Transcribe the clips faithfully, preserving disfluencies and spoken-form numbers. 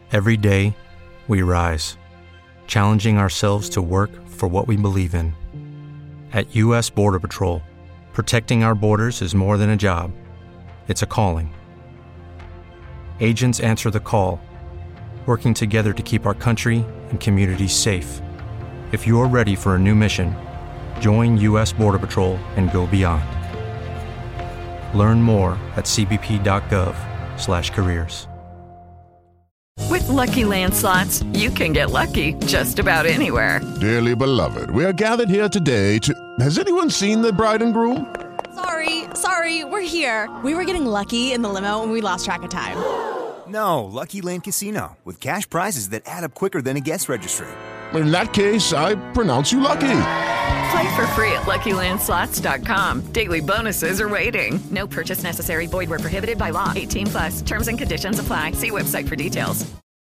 Every day, we rise, challenging ourselves to work for what we believe in. At U S Border Patrol, protecting our borders is more than a job. It's a calling. Agents answer the call, working together to keep our country and communities safe. If you're ready for a new mission, join U S Border Patrol and go beyond. Learn more at c b p dot gov slash careers. With Lucky Land Slots, you can get lucky just about anywhere. Dearly beloved, we are gathered here today to... Has anyone seen the bride and groom? Sorry, sorry, we're here. We were getting lucky in the limo and we lost track of time. No, Lucky Land Casino, with cash prizes that add up quicker than a guest registry. In that case, I pronounce you lucky. Play for free at lucky land slots dot com. Daily bonuses are waiting. No purchase necessary. Void where prohibited by law. eighteen plus. Terms and conditions apply. See website for details.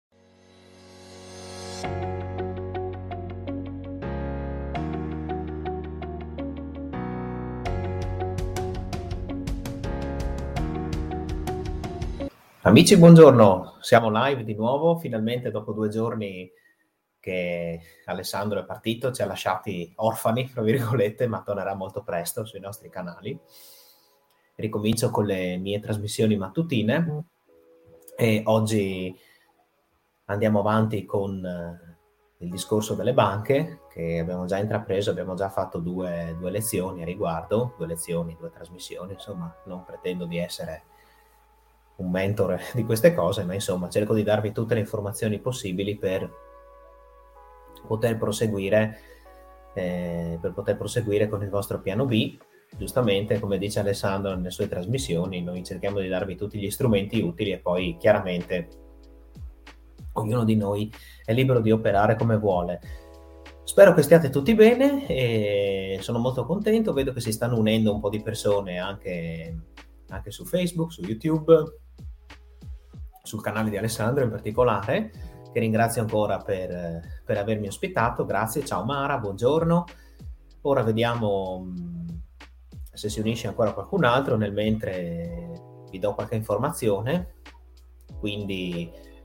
Amici, buongiorno. Siamo live di nuovo, finalmente dopo due giorni che Alessandro è partito, ci ha lasciati orfani, tra virgolette, ma tornerà molto presto sui nostri canali. Ricomincio con le mie trasmissioni mattutine e oggi andiamo avanti con il discorso delle banche che abbiamo già intrapreso, abbiamo già fatto due, due lezioni a riguardo, due lezioni, due trasmissioni, insomma non pretendo di essere un mentore di queste cose, ma insomma cerco di darvi tutte le informazioni possibili per poter proseguire eh, per poter proseguire con il vostro piano B. Giustamente, come dice Alessandro nelle sue trasmissioni, noi cerchiamo di darvi tutti gli strumenti utili e poi chiaramente ognuno di noi è libero di operare come vuole. Spero che stiate tutti bene e sono molto contento, vedo che si stanno unendo un po' di persone anche, anche su Facebook, su YouTube, sul canale di Alessandro in particolare, che ringrazio ancora per, per avermi ospitato. Grazie, ciao Mara, buongiorno. Ora vediamo se si unisce ancora qualcun altro, nel mentre vi do qualche informazione. Quindi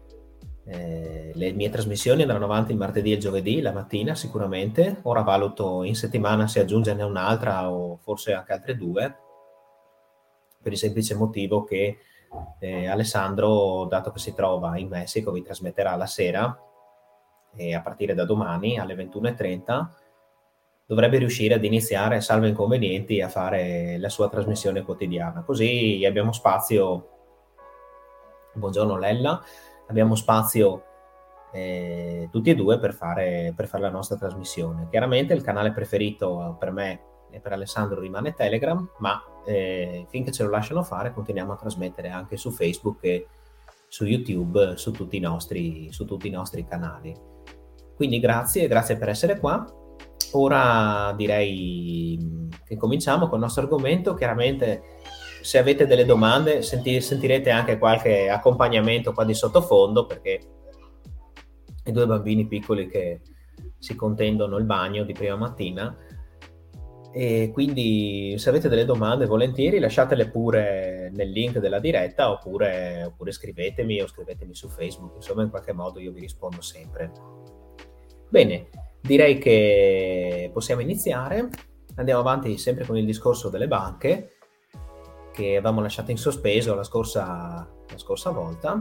eh, le mie trasmissioni andranno avanti il martedì e il giovedì, la mattina sicuramente. Ora valuto in settimana se aggiungerne un'altra o forse anche altre due, per il semplice motivo che Eh, Alessandro, dato che si trova in Messico, vi trasmetterà la sera e a partire da domani alle ventuno e trenta dovrebbe riuscire ad iniziare, salvo inconvenienti, a fare la sua trasmissione quotidiana. Così abbiamo spazio, buongiorno Lella, abbiamo spazio eh, tutti e due per fare, per fare la nostra trasmissione. Chiaramente il canale preferito per me e per Alessandro rimane Telegram, ma eh, finché ce lo lasciano fare continuiamo a trasmettere anche su Facebook e su YouTube, su tutti i nostri, su tutti i nostri canali. Quindi grazie, grazie per essere qua. Ora direi che cominciamo con il nostro argomento. Chiaramente se avete delle domande senti, sentirete anche qualche accompagnamento qua di sottofondo, perché i due bambini piccoli che si contendono il bagno di prima mattina. E quindi se avete delle domande volentieri lasciatele pure nel link della diretta oppure, oppure scrivetemi o scrivetemi su Facebook, insomma in qualche modo io vi rispondo sempre. Bene, direi che possiamo iniziare. Andiamo avanti sempre con il discorso delle banche che avevamo lasciato in sospeso la scorsa, la scorsa volta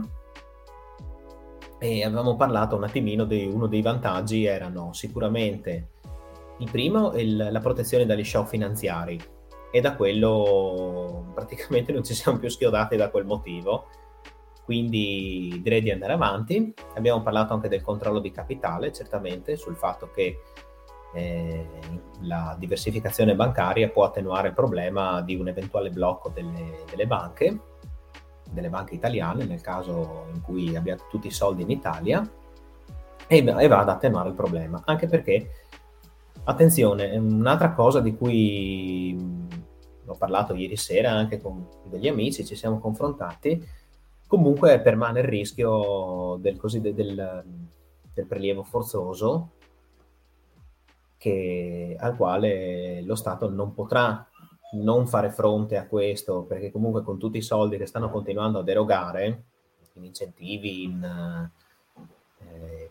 e avevamo parlato un attimino di uno dei vantaggi. Erano sicuramente il primo, il, la protezione dagli shock finanziari, e da quello praticamente non ci siamo più schiodati da quel motivo, quindi direi di andare avanti. Abbiamo parlato anche del controllo di capitale, certamente, sul fatto che eh, la diversificazione bancaria può attenuare il problema di un eventuale blocco delle, delle banche, delle banche italiane, nel caso in cui abbiate tutti i soldi in Italia, e, e va ad attenuare il problema, anche perché attenzione, un'altra cosa di cui ho parlato ieri sera anche con degli amici, ci siamo confrontati, comunque permane il rischio del, così, del, del prelievo forzoso, che, al quale lo Stato non potrà non fare fronte a questo, perché comunque con tutti i soldi che stanno continuando ad erogare in incentivi, in,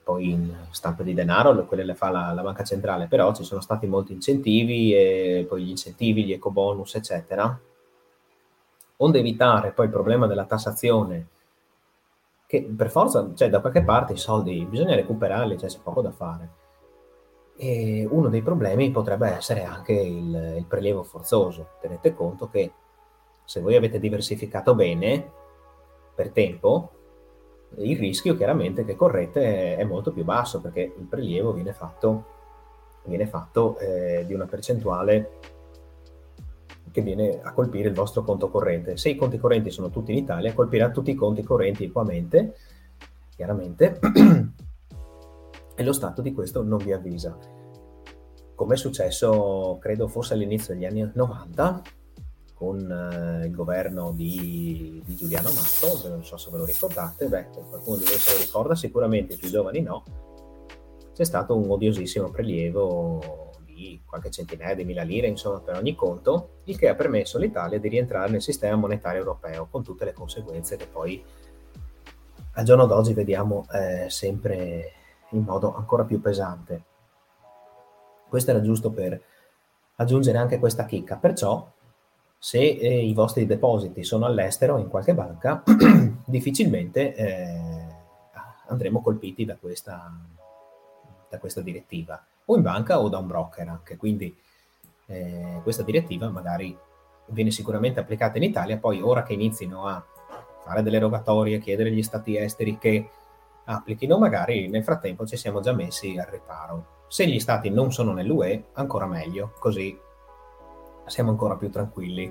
poi in stampa di denaro, quelle le fa la, la banca centrale, però ci sono stati molti incentivi, e poi gli incentivi, gli ecobonus, eccetera, onde evitare poi il problema della tassazione, che per forza, cioè da qualche parte i soldi bisogna recuperarli, cioè c'è poco da fare. E uno dei problemi potrebbe essere anche il, il prelievo forzoso. Tenete conto che se voi avete diversificato bene per tempo, il rischio chiaramente che correte è molto più basso, perché il prelievo viene fatto, viene fatto eh, di una percentuale che viene a colpire il vostro conto corrente. Se i conti correnti sono tutti in Italia, colpirà tutti i conti correnti equamente, chiaramente, e lo Stato di questo non vi avvisa. Come è successo, credo fosse all'inizio degli anni novanta, con eh, il governo di, di Giuliano Amato, non so se ve lo ricordate, beh, qualcuno di voi se lo ricorda, sicuramente i più giovani no, c'è stato un odiosissimo prelievo di qualche centinaia di mila lire, insomma, per ogni conto, il che ha permesso all'Italia di rientrare nel sistema monetario europeo, con tutte le conseguenze che poi al giorno d'oggi vediamo eh, sempre in modo ancora più pesante. Questo era giusto per aggiungere anche questa chicca. Perciò, se eh, i vostri depositi sono all'estero in qualche banca, difficilmente eh, andremo colpiti da questa, da questa direttiva, o in banca o da un broker anche. Quindi eh, questa direttiva magari viene sicuramente applicata in Italia, poi ora che inizino a fare delle rogatorie, chiedere agli stati esteri che applichino, magari nel frattempo ci siamo già messi al riparo. Se gli stati non sono nell'U E, ancora meglio, così siamo ancora più tranquilli.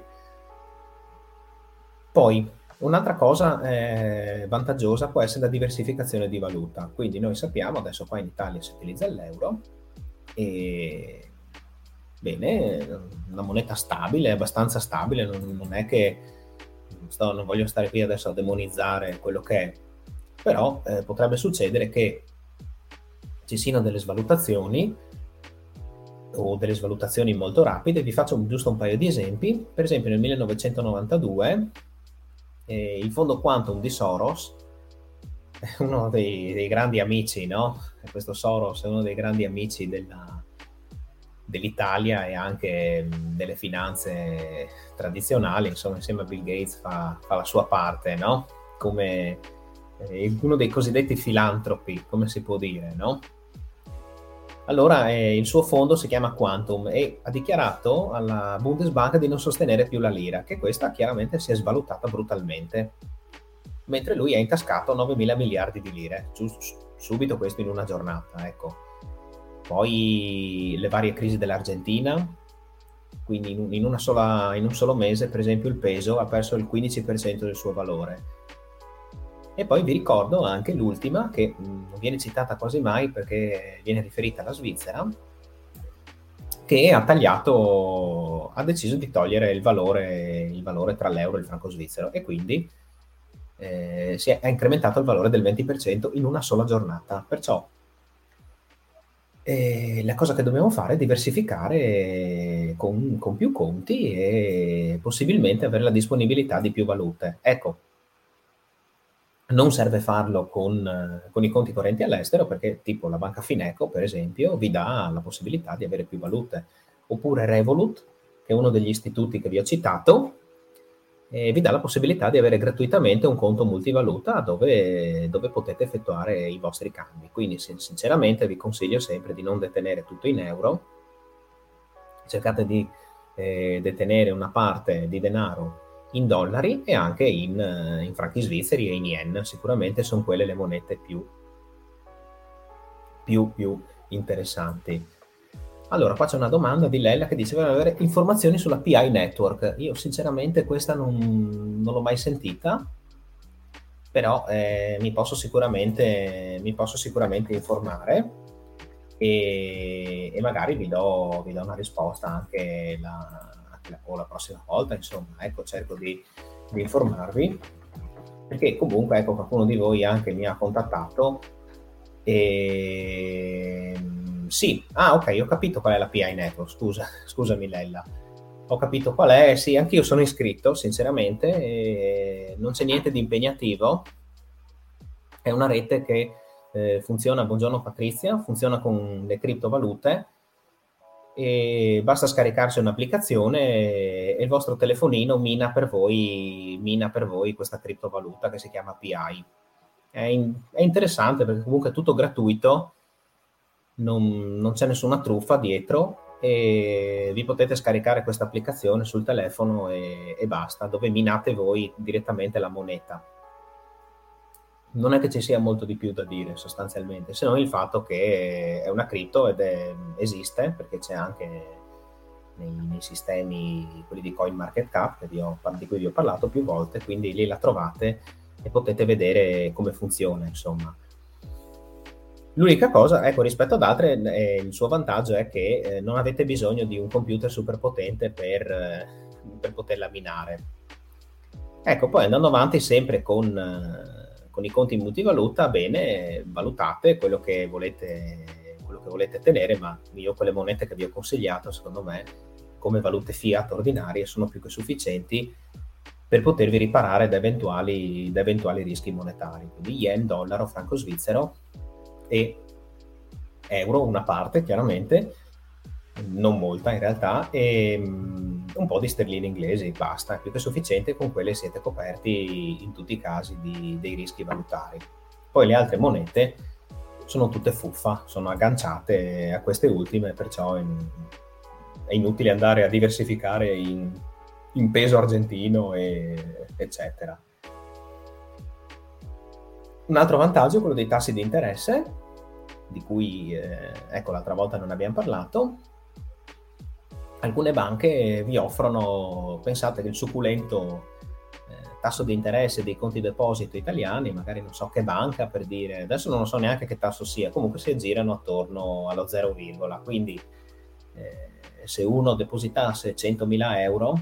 Poi, un'altra cosa eh, vantaggiosa può essere la diversificazione di valuta. Quindi noi sappiamo, adesso qua in Italia si utilizza l'euro, e bene, una moneta stabile, abbastanza stabile, non, non è che sto, non voglio stare qui adesso a demonizzare quello che è, però eh, potrebbe succedere che ci siano delle svalutazioni o delle svalutazioni molto rapide. Vi faccio giusto un paio di esempi. Per esempio nel millenovecentonovantadue eh, il fondo Quantum di Soros, uno dei, dei grandi amici, no? Questo Soros è uno dei grandi amici della, dell'Italia e anche delle finanze tradizionali, insomma, insieme a Bill Gates fa, fa la sua parte, no? Come eh, uno dei cosiddetti filantropi, come si può dire, no? Allora eh, il suo fondo si chiama Quantum e ha dichiarato alla Bundesbank di non sostenere più la lira, che questa chiaramente si è svalutata brutalmente, mentre lui ha intascato novemila miliardi di lire, subito questo in una giornata, ecco. Poi le varie crisi dell'Argentina, quindi in, in, una sola, in un solo mese, per esempio, il peso ha perso il quindici per cento del suo valore. E poi vi ricordo anche l'ultima, che non viene citata quasi mai perché viene riferita alla Svizzera, che ha tagliato, ha deciso di togliere il valore, il valore tra l'euro e il franco svizzero, e quindi eh, si è, è incrementato il valore del venti per cento in una sola giornata. Perciò eh, la cosa che dobbiamo fare è diversificare con, con più conti e possibilmente avere la disponibilità di più valute. Ecco, non serve farlo con, con i conti correnti all'estero, perché tipo la banca Fineco, per esempio, vi dà la possibilità di avere più valute, oppure Revolut, che è uno degli istituti che vi ho citato, e vi dà la possibilità di avere gratuitamente un conto multivaluta dove, dove potete effettuare i vostri cambi. Quindi sinceramente vi consiglio sempre di non detenere tutto in euro, cercate di eh, detenere una parte di denaro in dollari e anche in, in franchi svizzeri e in yen. Sicuramente sono quelle le monete più, più, più interessanti. Allora, qua c'è una domanda di Lella che dice: voleva avere informazioni sulla P I Network. Io sinceramente questa non, non l'ho mai sentita, però eh, mi posso sicuramente mi posso sicuramente informare e, e magari vi do, vi do una risposta anche la o la prossima volta, insomma, ecco, cerco di, di informarvi, perché comunque, ecco, qualcuno di voi anche mi ha contattato e sì, ah ok, ho capito qual è la P I Network, scusa, scusami Lella, ho capito qual è, sì, anch'io sono iscritto, sinceramente, e non c'è niente di impegnativo, è una rete che eh, funziona, buongiorno Patrizia, funziona con le criptovalute e basta scaricarsi un'applicazione e il vostro telefonino mina per voi, mina per voi questa criptovaluta che si chiama P I. È, in, è interessante perché comunque è tutto gratuito, non, non c'è nessuna truffa dietro e vi potete scaricare questa applicazione sul telefono e, e basta, dove minate voi direttamente la moneta. Non è che ci sia molto di più da dire sostanzialmente, se non il fatto che è una cripto ed è, esiste, perché c'è anche nei, nei sistemi, quelli di CoinMarketCap, che vi ho, di cui vi ho parlato più volte, quindi lì la trovate e potete vedere come funziona, insomma. L'unica cosa, ecco, rispetto ad altre, eh, il suo vantaggio è che eh, non avete bisogno di un computer super potente per, eh, per poterla minare. Ecco, poi andando avanti sempre con... Eh, con i conti in multivaluta, bene, valutate quello che volete, quello che volete tenere, ma io quelle monete che vi ho consigliato, secondo me, come valute fiat ordinarie, sono più che sufficienti per potervi riparare da eventuali, da eventuali rischi monetari. Quindi yen, dollaro, franco svizzero e euro, una parte chiaramente, non molta in realtà, e um, un po' di sterline inglesi, basta, è più che sufficiente, con quelle siete coperti in tutti i casi di, dei rischi valutari. Poi le altre monete sono tutte fuffa, sono agganciate a queste ultime, perciò è, è inutile andare a diversificare in, in peso argentino e eccetera. Un altro vantaggio è quello dei tassi di interesse, di cui eh, ecco l'altra volta non abbiamo parlato. Alcune banche vi offrono, pensate che il succulento eh, tasso di interesse dei conti deposito italiani, magari non so che banca per dire, adesso non so neanche che tasso sia, comunque si aggirano attorno allo zero, quindi eh, se uno depositasse centomila euro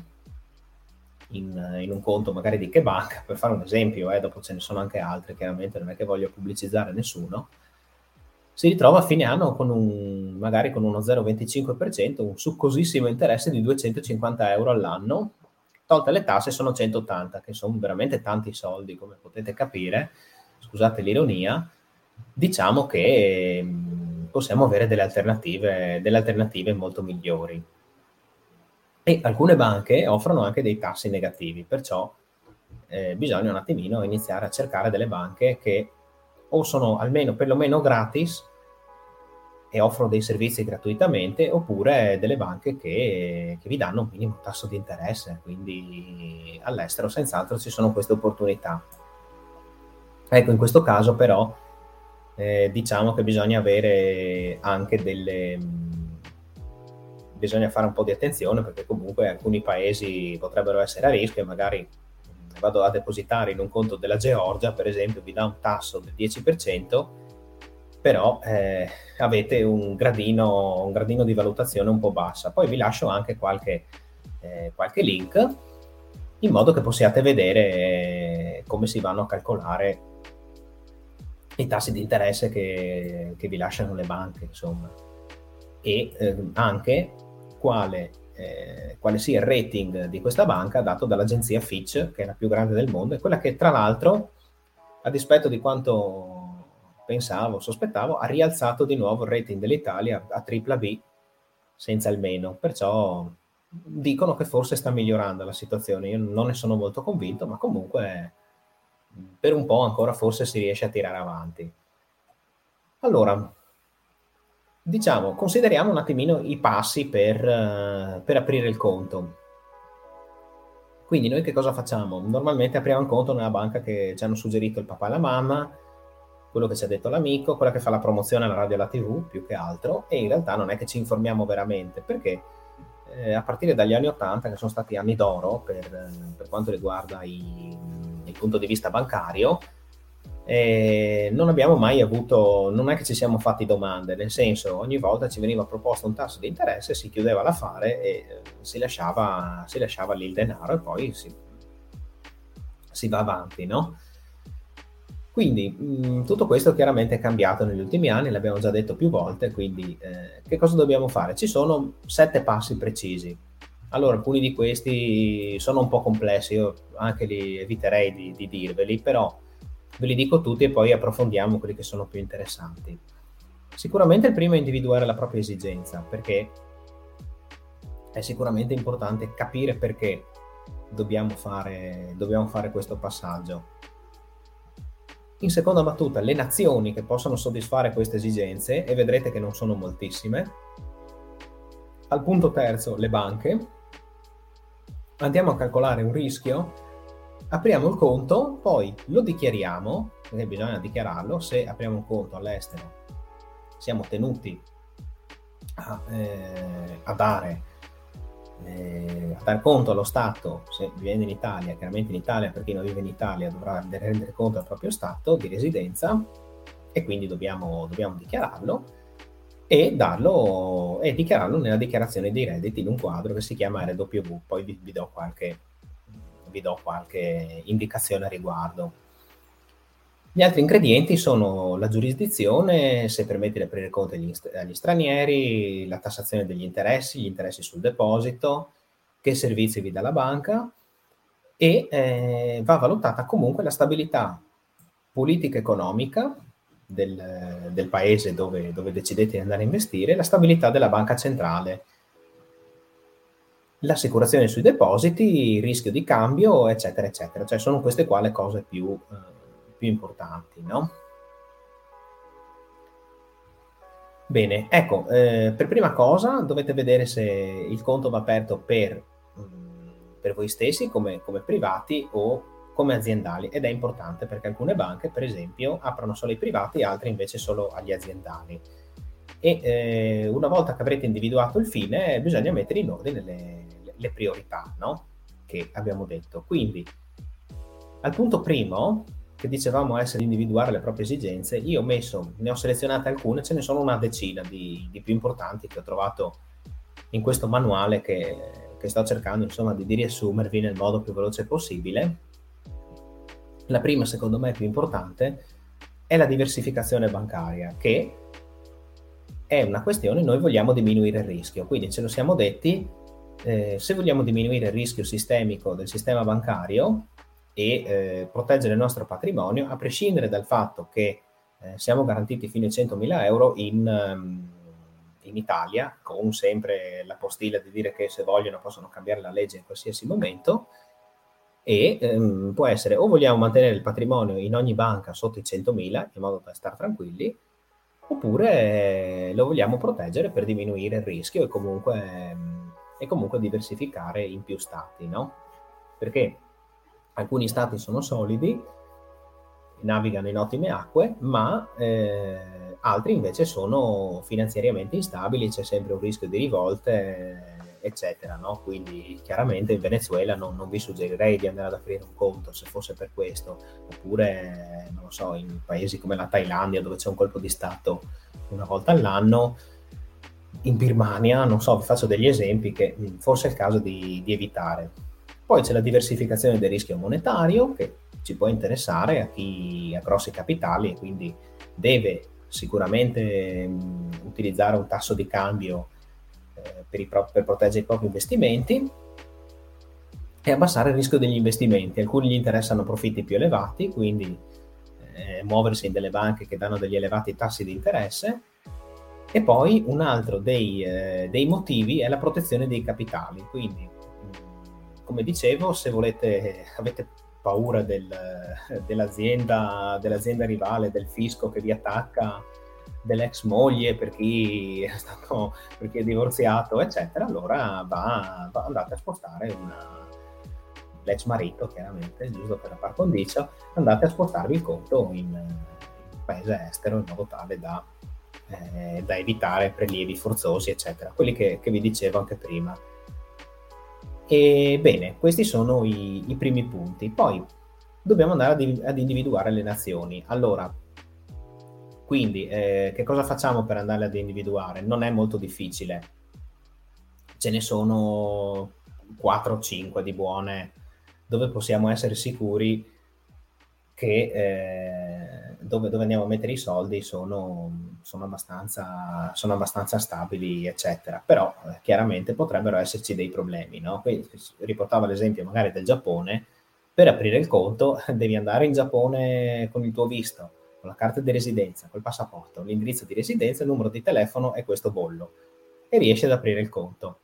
in, in un conto magari di che banca, per fare un esempio, eh, dopo ce ne sono anche altre, chiaramente non è che voglio pubblicizzare nessuno, si ritrova a fine anno con un, magari con uno zero virgola venticinque per cento, un succosissimo interesse di duecentocinquanta euro all'anno, tolte le tasse sono centottanta, che sono veramente tanti soldi, come potete capire, scusate l'ironia. Diciamo che possiamo avere delle alternative, delle alternative molto migliori. E alcune banche offrono anche dei tassi negativi, perciò eh, bisogna un attimino iniziare a cercare delle banche che o sono almeno perlomeno gratis e offrono dei servizi gratuitamente, oppure delle banche che, che vi danno un minimo tasso di interesse, quindi all'estero senz'altro ci sono queste opportunità. Ecco, in questo caso però eh, diciamo che bisogna avere anche delle... bisogna fare un po' di attenzione, perché comunque alcuni paesi potrebbero essere a rischio e magari vado a depositare in un conto della Georgia, per esempio, vi dà un tasso del dieci per cento, però eh, avete un gradino, un gradino di valutazione un po' bassa. Poi vi lascio anche qualche, eh, qualche link, in modo che possiate vedere eh, come si vanno a calcolare i tassi di interesse che, che vi lasciano le banche, insomma, e eh, anche quale Eh, quale sia il rating di questa banca dato dall'agenzia Fitch, che è la più grande del mondo, e quella che tra l'altro, a dispetto di quanto pensavo, sospettavo, ha rialzato di nuovo il rating dell'Italia a tripla B senza il meno, perciò dicono che forse sta migliorando la situazione. Io non ne sono molto convinto, ma comunque per un po' ancora forse si riesce a tirare avanti. Allora, diciamo, consideriamo un attimino i passi per, uh, per aprire il conto. Quindi noi che cosa facciamo? Normalmente apriamo un conto nella banca che ci hanno suggerito il papà e la mamma, quello che ci ha detto l'amico, quella che fa la promozione alla radio e alla tivù, più che altro, e in realtà non è che ci informiamo veramente, perché eh, a partire dagli anni ottanta, che sono stati anni d'oro per, per quanto riguarda i, il punto di vista bancario, E non abbiamo mai avuto, non è che ci siamo fatti domande, nel senso, ogni volta ci veniva proposto un tasso di interesse, si chiudeva l'affare e si lasciava, si lasciava lì il denaro e poi si, si va avanti, no? Quindi mh, tutto questo chiaramente è cambiato negli ultimi anni, l'abbiamo già detto più volte, quindi eh, che cosa dobbiamo fare? Ci sono sette passi precisi. Allora, alcuni di questi sono un po' complessi, io anche li eviterei di, di dirveli, però Ve li dico tutti e poi approfondiamo quelli che sono più interessanti. Sicuramente il primo è individuare la propria esigenza, perché è sicuramente importante capire perché dobbiamo fare, dobbiamo fare questo passaggio. In seconda battuta, le nazioni che possono soddisfare queste esigenze, e vedrete che non sono moltissime. Al punto terzo, le banche. Andiamo a calcolare un rischio, apriamo il conto, poi lo dichiariamo, perché bisogna dichiararlo. Se apriamo un conto all'estero, siamo tenuti a, eh, a dare Eh, a dar conto allo Stato. Se vive in Italia, chiaramente in Italia, per chi non vive in Italia dovrà rendere conto al proprio Stato di residenza, e quindi dobbiamo, dobbiamo dichiararlo e darlo e dichiararlo nella dichiarazione dei redditi in un quadro che si chiama R W. Poi vi, vi do qualche vi do qualche indicazione a riguardo. Gli altri ingredienti sono la giurisdizione, se permette di aprire conti agli, agli stranieri, la tassazione degli interessi, gli interessi sul deposito, che servizi vi dà la banca, e eh, va valutata comunque la stabilità politica economica del, del paese dove, dove decidete di andare a investire, la stabilità della banca centrale, l'assicurazione sui depositi, il rischio di cambio, eccetera, eccetera. Cioè sono queste qua le cose più... Eh, più importanti, no? Bene, ecco, eh, per prima cosa dovete vedere se il conto va aperto per, mh, per voi stessi come, come privati o come aziendali, ed è importante perché alcune banche, per esempio, aprono solo ai privati, altre invece solo agli aziendali. E eh, una volta che avrete individuato il fine, bisogna mettere in ordine le, le priorità, no? Che abbiamo detto. Quindi, al punto primo, che dicevamo essere individuare le proprie esigenze, io ho messo, ne ho selezionate alcune, ce ne sono una decina di, di più importanti che ho trovato in questo manuale che, che sto cercando insomma di, di riassumervi nel modo più veloce possibile. La prima, secondo me, più importante è la diversificazione bancaria, che è una questione, noi vogliamo diminuire il rischio, quindi ce lo siamo detti, eh, se vogliamo diminuire il rischio sistemico del sistema bancario e eh, proteggere il nostro patrimonio, a prescindere dal fatto che eh, siamo garantiti fino a centomila euro in, um, in Italia, con sempre la postilla di dire che se vogliono possono cambiare la legge in qualsiasi momento, e um, può essere o vogliamo mantenere il patrimonio in ogni banca sotto i centomila in modo da stare tranquilli, oppure eh, lo vogliamo proteggere per diminuire il rischio e comunque, e comunque diversificare in più stati, no? Perché alcuni stati sono solidi, navigano in ottime acque, ma eh, altri invece sono finanziariamente instabili, c'è sempre un rischio di rivolte, eccetera, no? Quindi chiaramente in Venezuela non, non vi suggerirei di andare ad aprire un conto se fosse per questo, oppure non lo so, in paesi come la Thailandia dove c'è un colpo di stato una volta all'anno, in Birmania, non so, vi faccio degli esempi che forse è il caso di, di evitare. Poi c'è la diversificazione del rischio monetario, che ci può interessare a chi ha grossi capitali e quindi deve sicuramente mh, utilizzare un tasso di cambio eh, per, i pro- per proteggere i propri investimenti, e abbassare il rischio degli investimenti. Alcuni gli interessano profitti più elevati, quindi eh, muoversi in delle banche che danno degli elevati tassi di interesse. E poi un altro dei, eh, dei motivi è la protezione dei capitali, quindi come dicevo, se volete, avete paura del, dell'azienda, dell'azienda rivale, del fisco che vi attacca, dell'ex moglie per chi è stato, per chi è divorziato, eccetera, allora va, va, andate a spostare una, l'ex marito, chiaramente, giusto per la par condicio, andate a spostarvi il conto in, in un paese estero in modo tale da, eh, da evitare prelievi forzosi, eccetera, quelli che, che vi dicevo anche prima. E bene, questi sono i, i primi punti. Poi dobbiamo andare ad, ad individuare le nazioni. Allora, quindi, eh, che cosa facciamo per andare ad individuare? Non è molto difficile. Ce ne sono quattro o cinque di buone, dove possiamo essere sicuri che eh, dove, dove andiamo a mettere i soldi sono, sono, abbastanza, sono abbastanza stabili, eccetera. Però eh, chiaramente potrebbero esserci dei problemi, no? Qui riportavo l'esempio magari del Giappone, Per aprire il conto devi andare in Giappone con il tuo visto, con la carta di residenza, col passaporto, l'indirizzo di residenza, il numero di telefono e questo bollo, e riesci ad aprire il conto.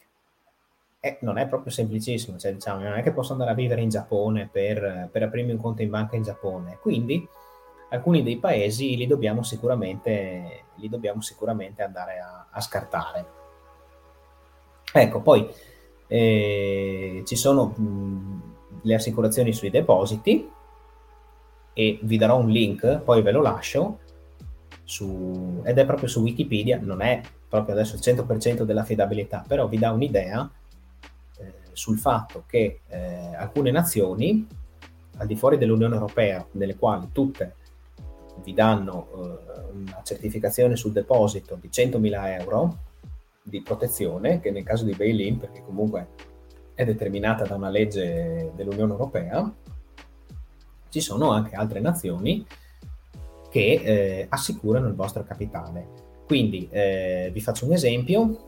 Eh, non è proprio semplicissimo, cioè diciamo, non è che posso andare a vivere in Giappone per, per aprirmi un conto in banca in Giappone, quindi alcuni dei paesi li dobbiamo sicuramente, li dobbiamo sicuramente andare a, a scartare. Ecco, poi eh, ci sono mh, le assicurazioni sui depositi, e vi darò un link, poi ve lo lascio, su, ed è proprio su Wikipedia, non è proprio adesso il cento per cento dell'affidabilità, però vi dà un'idea eh, sul fatto che eh, alcune nazioni, al di fuori dell'Unione Europea, nelle quali tutte vi danno eh, una certificazione sul deposito di centomila euro di protezione, che nel caso di bail-in, perché comunque è determinata da una legge dell'Unione Europea, ci sono anche altre nazioni che eh, assicurano il vostro capitale. Quindi eh, vi faccio un esempio: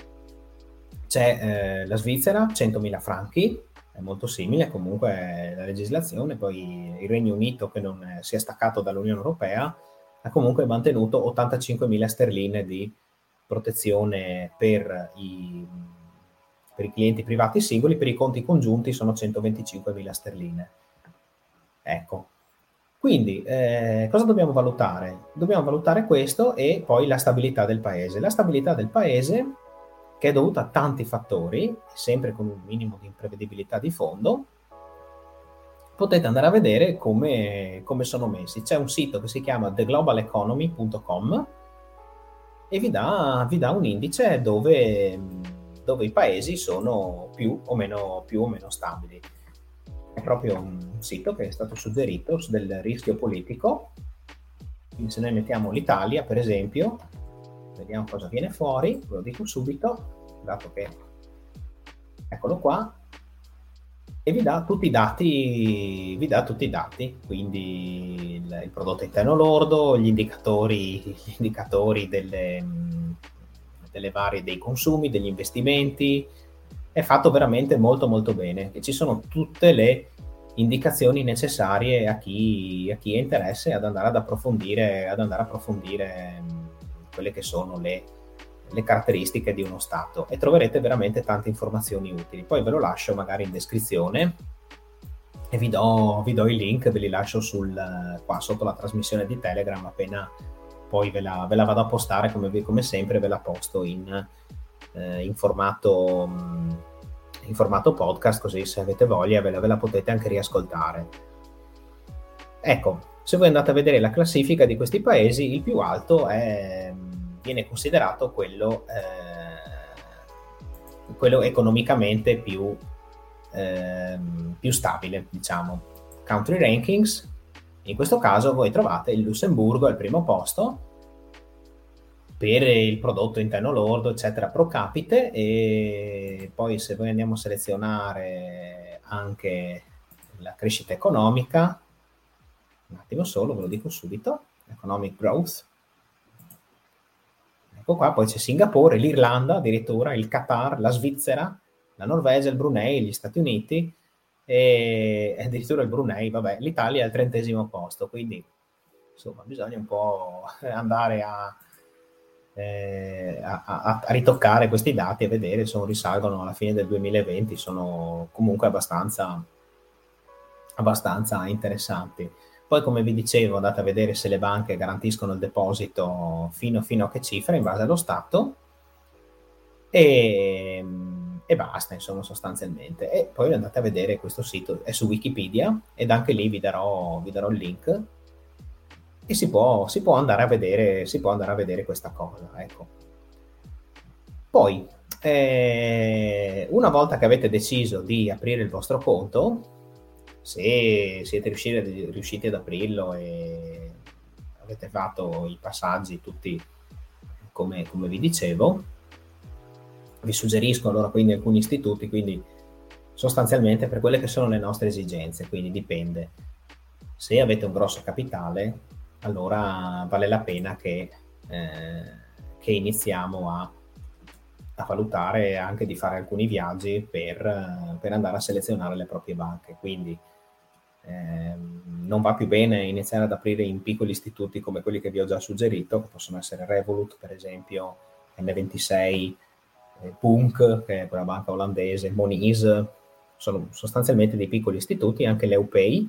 c'è eh, la Svizzera, centomila franchi, è molto simile comunque la legislazione, poi il Regno Unito, che non si è staccato dall'Unione Europea, ha comunque mantenuto ottantacinquemila sterline di protezione per i, per i clienti privati singoli, per i conti congiunti sono centoventicinquemila sterline. Ecco, quindi eh, cosa dobbiamo valutare? Dobbiamo valutare questo e poi la stabilità del paese. La stabilità del paese, che è dovuta a tanti fattori, sempre con un minimo di imprevedibilità di fondo, potete andare a vedere come, come sono messi. C'è un sito che si chiama the global economy punto com e vi dà, vi dà un indice dove, dove i paesi sono più o meno, più o meno stabili. È proprio un sito che è stato suggerito del rischio politico. Quindi se noi mettiamo l'Italia, per esempio, vediamo cosa viene fuori, ve lo dico subito, dato che eccolo qua, e vi dà tutti i dati, vi dà tutti i dati, quindi il, il prodotto interno lordo, gli indicatori, gli indicatori delle, delle varie dei consumi, degli investimenti. È fatto veramente molto molto bene, e ci sono tutte le indicazioni necessarie a chi, a chi ha interesse ad andare ad approfondire, ad andare a approfondire quelle che sono le, le caratteristiche di uno Stato, e troverete veramente tante informazioni utili. Poi ve lo lascio magari in descrizione e vi do, vi do i link, ve li lascio sul, qua sotto la trasmissione di Telegram, appena poi ve la, ve la vado a postare, come, come sempre ve la posto in, eh, in formato in formato podcast, così se avete voglia ve la, ve la potete anche riascoltare. Ecco, se voi andate a vedere la classifica di questi paesi, il più alto è, viene considerato quello, eh, quello economicamente più, eh, più stabile, diciamo. Country Rankings, in questo caso voi trovate il Lussemburgo al primo posto per il prodotto interno lordo, eccetera, pro capite, e poi se voi andiamo a selezionare anche la crescita economica, un attimo solo, ve lo dico subito, economic growth, ecco qua, poi c'è Singapore, l'Irlanda, addirittura il Qatar, la Svizzera, la Norvegia, il Brunei, gli Stati Uniti, e addirittura il Brunei, vabbè, l'Italia è al trentesimo posto, quindi insomma bisogna un po' andare a Eh, a, a, a ritoccare questi dati e vedere, sono, risalgono alla fine del duemilaventi, sono comunque abbastanza abbastanza interessanti. Poi, come vi dicevo, andate a vedere se le banche garantiscono il deposito fino, fino a che cifra in base allo Stato, e, e basta, insomma, sostanzialmente. E poi andate a vedere, questo sito è su Wikipedia ed anche lì vi darò, vi darò il link, e si può, si può andare a vedere, si può andare a vedere questa cosa, ecco. Poi, eh, una volta che avete deciso di aprire il vostro conto, se siete riusciti, riusciti ad aprirlo e avete fatto i passaggi tutti come, come vi dicevo, vi suggerisco allora quindi alcuni istituti, quindi sostanzialmente per quelle che sono le nostre esigenze, quindi dipende. Se avete un grosso capitale, allora vale la pena che, eh, che iniziamo a, a valutare anche di fare alcuni viaggi per, per andare a selezionare le proprie banche. Quindi eh, non va più bene iniziare ad aprire in piccoli istituti come quelli che vi ho già suggerito, che possono essere Revolut, per esempio, M ventisei, eh, Punk, che è quella banca olandese, Moniz, sono sostanzialmente dei piccoli istituti, anche l'Eupay,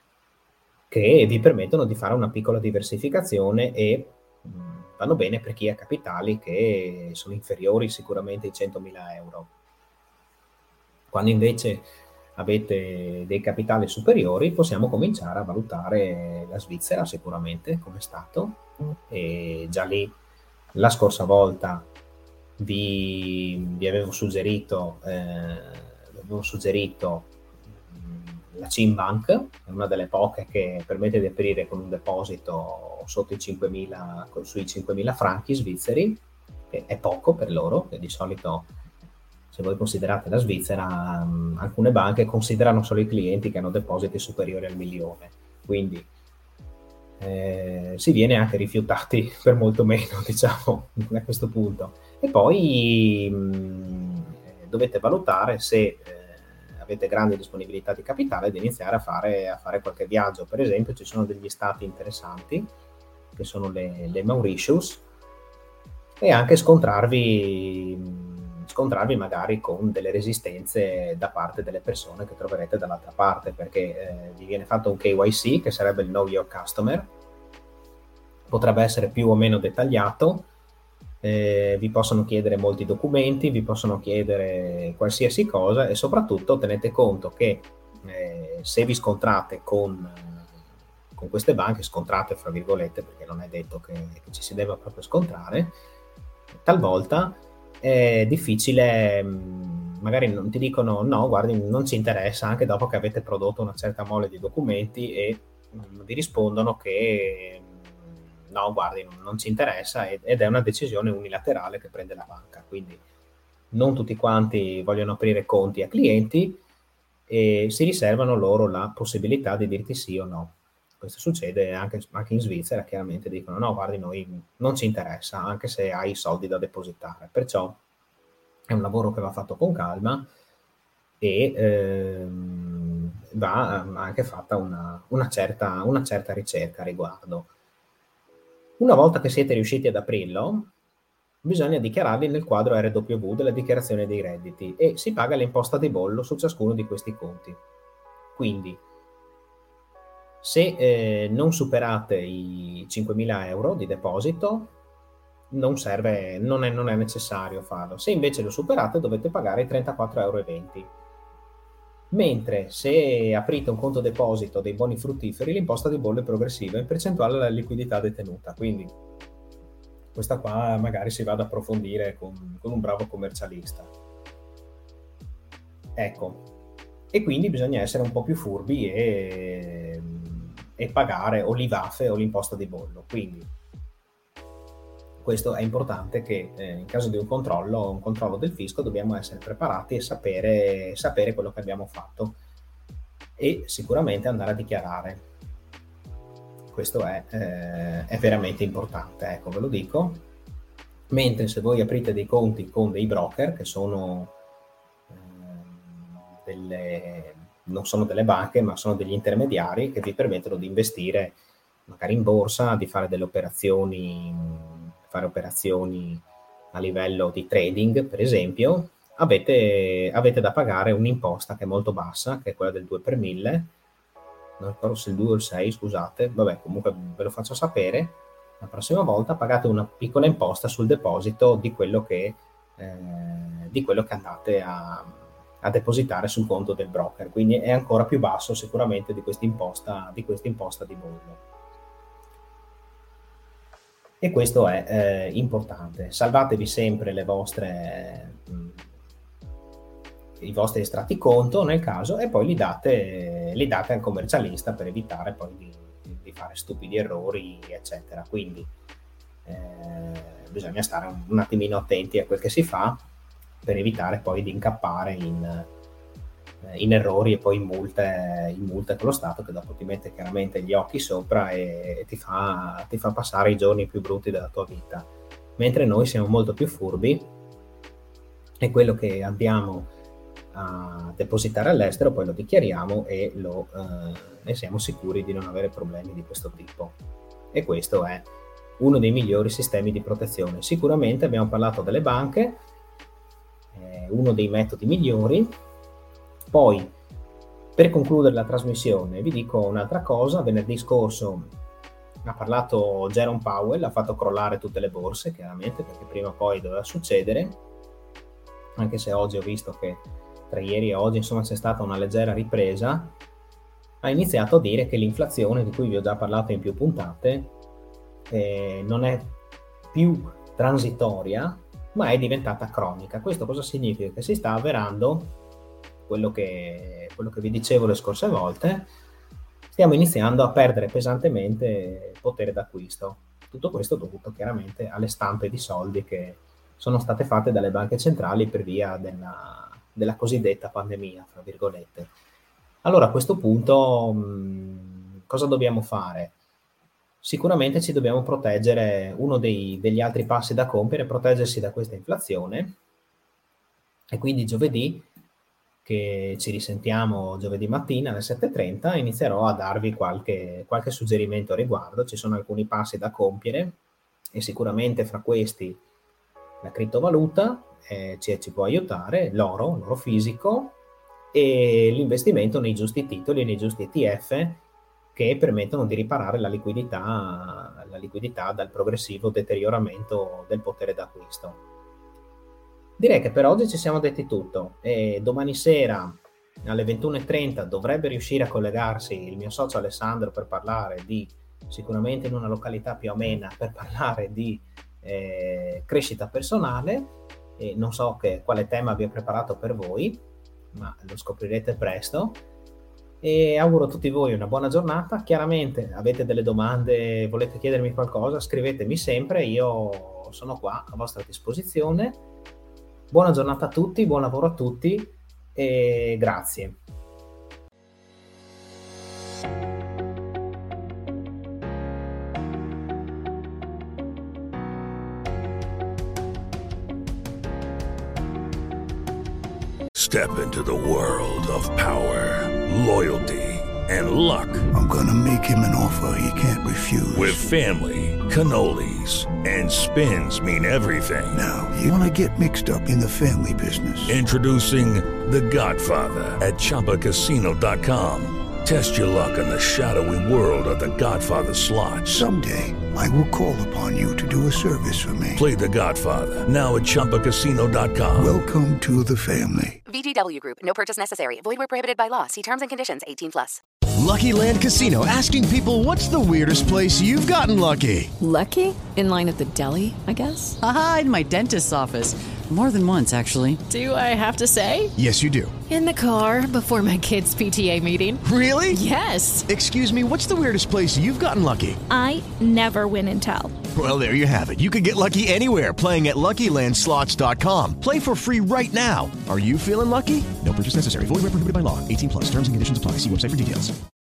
che vi permettono di fare una piccola diversificazione e mh, vanno bene per chi ha capitali che sono inferiori sicuramente ai centomila euro. Quando invece avete dei capitali superiori, possiamo cominciare a valutare la Svizzera sicuramente come Stato, e già lì la scorsa volta vi, vi avevo suggerito, eh, vi avevo suggerito la Cinbank, è una delle poche che permette di aprire con un deposito sotto i cinquemila, sui cinquemila franchi svizzeri, che è poco per loro, che di solito, se voi considerate la Svizzera, um, alcune banche considerano solo i clienti che hanno depositi superiori al milione, quindi eh, si viene anche rifiutati per molto meno, diciamo, a questo punto. E poi mh, dovete valutare se eh, avete grandi disponibilità di capitale di iniziare a fare, a fare qualche viaggio. Per esempio ci sono degli stati interessanti, che sono le, le Mauritius, e anche scontrarvi scontrarvi magari con delle resistenze da parte delle persone che troverete dall'altra parte, perché eh, vi viene fatto un K Y C, che sarebbe il Know Your Customer, potrebbe essere più o meno dettagliato, eh, vi possono chiedere molti documenti, vi possono chiedere qualsiasi cosa, e soprattutto tenete conto che eh, se vi scontrate con, con queste banche, scontrate fra virgolette, perché non è detto che, che ci si debba proprio scontrare, talvolta è difficile, magari non ti dicono no, guardi, non ci interessa, anche dopo che avete prodotto una certa mole di documenti, e vi rispondono che no, guardi, non ci interessa, ed è una decisione unilaterale che prende la banca. Quindi non tutti quanti vogliono aprire conti a clienti e si riservano loro la possibilità di dirti sì o no. Questo succede anche, anche in Svizzera, chiaramente dicono no, guardi, noi non ci interessa, anche se hai i soldi da depositare. Perciò è un lavoro che va fatto con calma, e ehm, va anche fatta una, una, certa, una certa ricerca a riguardo. Una volta che siete riusciti ad aprirlo, bisogna dichiararli nel quadro R W della dichiarazione dei redditi, e si paga l'imposta di bollo su ciascuno di questi conti. Quindi se eh, non superate i cinquemila euro di deposito, non serve, non è, non è necessario farlo. Se invece lo superate, dovete pagare i trentaquattro euro e venti. Mentre se aprite un conto deposito dei buoni fruttiferi, l'imposta di bollo è progressiva in percentuale alla liquidità detenuta. Quindi questa qua magari si va ad approfondire con, con un bravo commercialista. Ecco. E quindi bisogna essere un po' più furbi e, e pagare o l'I V A F E o l'imposta di bollo. Quindi questo è importante, che eh, in caso di un controllo, un controllo del fisco, dobbiamo essere preparati e sapere, sapere quello che abbiamo fatto, e sicuramente andare a dichiarare. Questo è, eh, è veramente importante, ecco, ve lo dico. Mentre se voi aprite dei conti con dei broker, che sono Delle, non sono delle banche, ma sono degli intermediari che vi permettono di investire magari in borsa, di fare delle operazioni, fare operazioni a livello di trading, per esempio, avete, avete da pagare un'imposta che è molto bassa, che è quella del due per mille, non ricordo se il due o il sei, scusate, vabbè, comunque ve lo faccio sapere. La prossima volta pagate una piccola imposta sul deposito di quello che, eh, di quello che andate a a depositare sul conto del broker, quindi è ancora più basso sicuramente di questa imposta di questa imposta di bollo. E questo è eh, importante. Salvatevi sempre le vostre mh, i vostri estratti conto nel caso, e poi li date li date al commercialista per evitare poi di, di fare stupidi errori, eccetera. Quindi eh, bisogna stare un, un attimino attenti a quel che si fa, per evitare poi di incappare in, in errori e poi in multe, in multe con lo Stato, che dopo ti mette chiaramente gli occhi sopra e, e ti, fa, ti fa passare i giorni più brutti della tua vita. Mentre noi siamo molto più furbi, e quello che abbiamo a depositare all'estero, poi lo dichiariamo e, lo, eh, e siamo sicuri di non avere problemi di questo tipo. E questo è uno dei migliori sistemi di protezione. Sicuramente abbiamo parlato delle banche, eh, uno dei metodi migliori. Poi, per concludere la trasmissione, vi dico un'altra cosa. Venerdì scorso ha parlato Jerome Powell, ha fatto crollare tutte le borse, chiaramente, perché prima o poi doveva succedere, anche se oggi ho visto che tra ieri e oggi insomma c'è stata una leggera ripresa. Ha iniziato a dire che l'inflazione, di cui vi ho già parlato in più puntate, eh, non è più transitoria, ma è diventata cronica. Questo cosa significa? Che si sta avverando quello che, quello che vi dicevo le scorse volte. Stiamo iniziando a perdere pesantemente potere d'acquisto. Tutto questo dovuto chiaramente alle stampe di soldi che sono state fatte dalle banche centrali per via della, della cosiddetta pandemia, tra virgolette. Allora, a questo punto mh, cosa dobbiamo fare? Sicuramente ci dobbiamo proteggere. Uno dei, degli altri passi da compiere è proteggersi da questa inflazione, e quindi giovedì, che ci risentiamo giovedì mattina alle sette e trenta, inizierò a darvi qualche, qualche suggerimento a riguardo. Ci sono alcuni passi da compiere e sicuramente fra questi la criptovaluta eh, ci, ci può aiutare, l'oro, l'oro fisico, e l'investimento nei giusti titoli, nei giusti E T F che permettono di riparare la liquidità, la liquidità dal progressivo deterioramento del potere d'acquisto. Direi che per oggi ci siamo detti tutto, e domani sera alle ventuno e trenta dovrebbe riuscire a collegarsi il mio socio Alessandro per parlare di, sicuramente in una località più amena, per parlare di eh, crescita personale, e non so che, quale tema abbia preparato per voi, ma lo scoprirete presto. E auguro a tutti voi una buona giornata. Chiaramente avete delle domande, volete chiedermi qualcosa, scrivetemi sempre, io sono qua a vostra disposizione. Buona giornata a tutti, buon lavoro a tutti e grazie. Step into the world of power, loyalty, and luck. I'm gonna make him an offer he can't refuse. With family, cannolis, and spins mean everything. Now, you wanna get mixed up in the family business. Introducing The Godfather at Chumba Casino dot com. Test your luck in the shadowy world of The Godfather slot. Someday, I will call upon you to do a service for me. Play The Godfather, now at Chumba Casino dot com. Welcome to the family. V G W Group. No purchase necessary. Void where prohibited by law. See terms and conditions. eighteen plus. Lucky Land Casino, asking people, what's the weirdest place you've gotten lucky? Lucky? In line at the deli, I guess? Aha, in my dentist's office. More than once, actually. Do I have to say? Yes, you do. In the car before my kids' P T A meeting. Really? Yes. Excuse me, what's the weirdest place you've gotten lucky? I never win and tell. Well, there you have it. You can get lucky anywhere, playing at Lucky Land Slots dot com. Play for free right now. Are you feeling lucky? No purchase necessary. Void where prohibited by law. eighteen plus. Terms and conditions apply. See website for details.